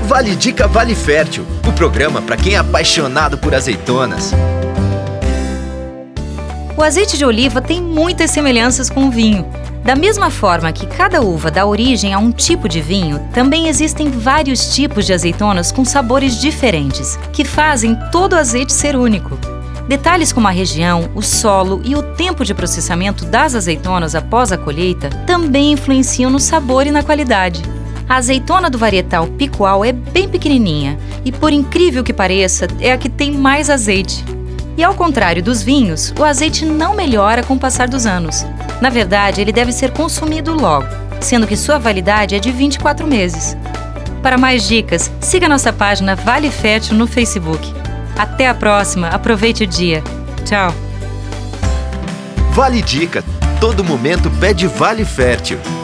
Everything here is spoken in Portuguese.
Vale Dica Vale Fértil, o programa para quem é apaixonado por azeitonas. O azeite de oliva tem muitas semelhanças com o vinho. Da mesma forma que cada uva dá origem a um tipo de vinho, também existem vários tipos de azeitonas com sabores diferentes, que fazem todo o azeite ser único. Detalhes como a região, o solo e o tempo de processamento das azeitonas após a colheita também influenciam no sabor e na qualidade. A azeitona do varietal Picual é bem pequenininha e, por incrível que pareça, é a que tem mais azeite. E ao contrário dos vinhos, o azeite não melhora com o passar dos anos. Na verdade, ele deve ser consumido logo, sendo que sua validade é de 24 meses. Para mais dicas, siga nossa página Vale Fértil no Facebook. Até a próxima, aproveite o dia. Tchau! Vale Dica, todo momento pede Vale Fértil.